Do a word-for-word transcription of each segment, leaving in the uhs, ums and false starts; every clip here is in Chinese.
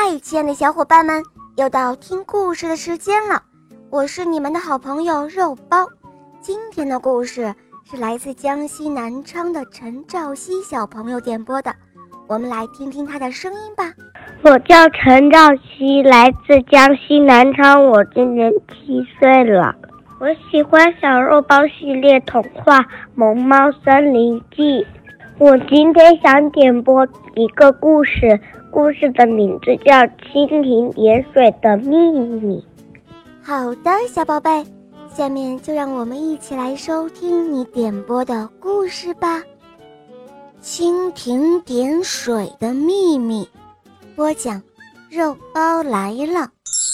嗨，亲爱的小伙伴们，又到听故事的时间了，我是你们的好朋友肉包。今天的故事是来自江西南昌的陈兆熙小朋友点播的，我们来听听他的声音吧。 我叫陈兆熙，来自江西南昌，我今年七岁了。我喜欢小肉包系列童话《萌猫森林记》。我今天想点播一个故事，故事的名字叫《蜻蜓点水的秘密》。 好的，小宝贝，下面就让我们一起来收听你点播的故事吧。蜻蜓点水的秘密，播讲肉包来了。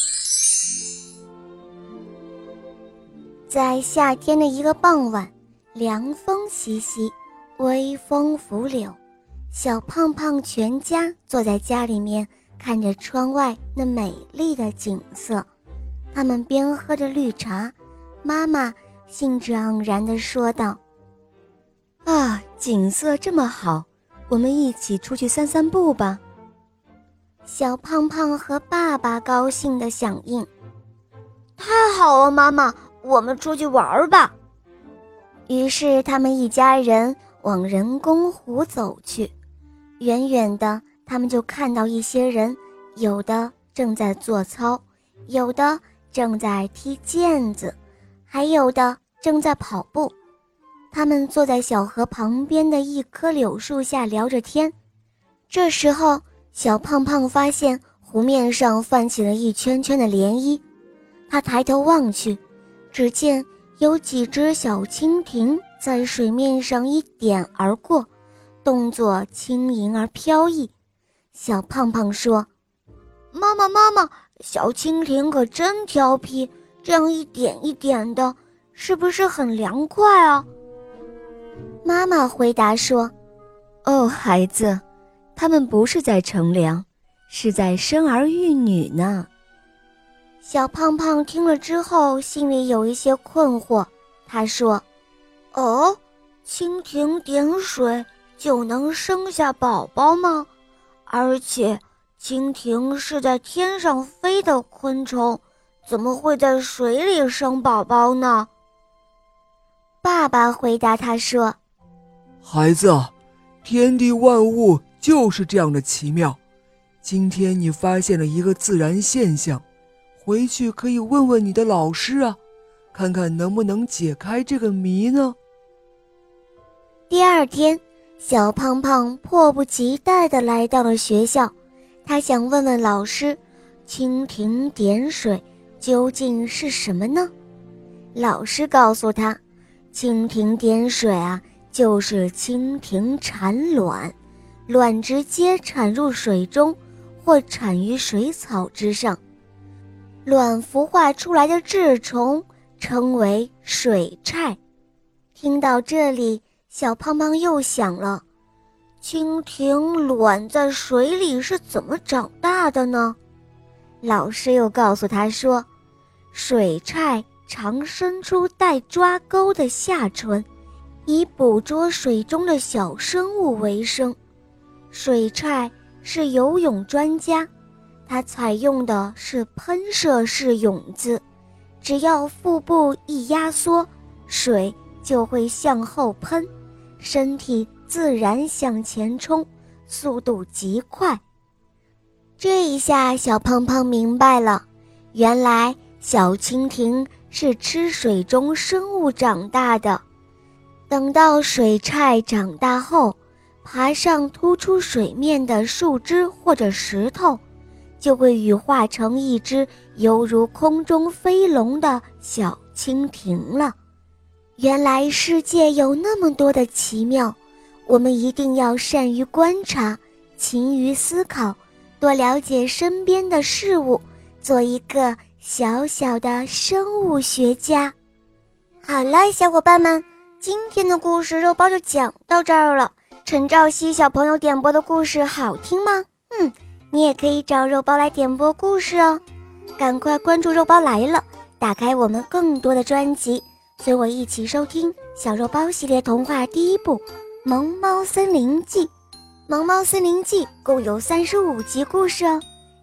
在夏天的一个傍晚，凉风习习，微风拂柳，小胖胖全家坐在家里面，看着窗外那美丽的景色。他们边喝着绿茶，妈妈兴致盎然地说道：啊，景色这么好，我们一起出去散散步吧。小胖胖和爸爸高兴地响应：太好了，妈妈，我们出去玩吧。于是他们一家人往人工湖走去。远远的，他们就看到一些人，有的正在做操，有的正在踢毽子，还有的正在跑步。他们坐在小河旁边的一棵柳树下聊着天。这时候，小胖胖发现湖面上泛起了一圈圈的涟漪。他抬头望去，只见有几只小蜻蜓在水面上一点而过，动作轻盈而飘逸。小胖胖说：妈妈妈妈，小蜻蜓可真调皮，这样一点一点的，是不是很凉快啊？妈妈回答说：哦，孩子，他们不是在乘凉，是在生儿育女呢。小胖胖听了之后，心里有一些困惑。他说：哦，蜻蜓点水就能生下宝宝吗？而且蜻蜓是在天上飞的昆虫，怎么会在水里生宝宝呢？爸爸回答他说： 孩子，天地万物就是这样的奇妙。今天你发现了一个自然现象，回去可以问问你的老师啊，看看能不能解开这个谜呢。 第二天，小胖胖迫不及待地来到了学校，他想问问老师，蜻蜓点水究竟是什么呢？老师告诉他，蜻蜓点水啊，就是蜻蜓产卵，卵直接产入水中，或产于水草之上。卵孵化出来的稚虫称为水虿。听到这里，小胖胖又想了，蜻蜓卵在水里是怎么长大的呢？老师又告诉他说，水虿常伸出带抓钩的下唇，以捕捉水中的小生物为生。水虿是游泳专家，它采用的是喷射式泳姿，只要腹部一压缩，水就会向后喷，身体自然向前冲，速度极快。这一下小胖胖明白了，原来小蜻蜓是吃水中生物长大的。等到水虿长大后，爬上突出水面的树枝或者石头，就会羽化成一只犹如空中飞龙的小蜻蜓了。原来世界有那么多的奇妙，我们一定要善于观察，勤于思考，多了解身边的事物，做一个小小的生物学家。好了，小伙伴们，今天的故事肉包就讲到这儿了。陈兆熙小朋友点播的故事好听吗？嗯，你也可以找肉包来点播故事哦。赶快关注肉包来了，打开我们更多的专辑，随我一起收听小肉包系列童话第一部《萌猫森林记》。《萌猫森林记》共有三十五集故事哦，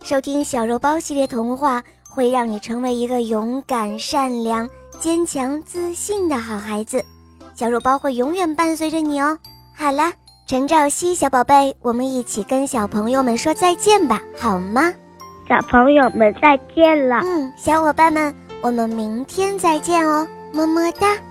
收听小肉包系列童话会让你成为一个勇敢、善良、坚强、自信的好孩子。小肉包会永远伴随着你哦。好了，陈兆熙小宝贝，我们一起跟小朋友们说再见吧，好吗？ 小朋友们再见了。 嗯，小伙伴们，我们明天再见哦，么么哒。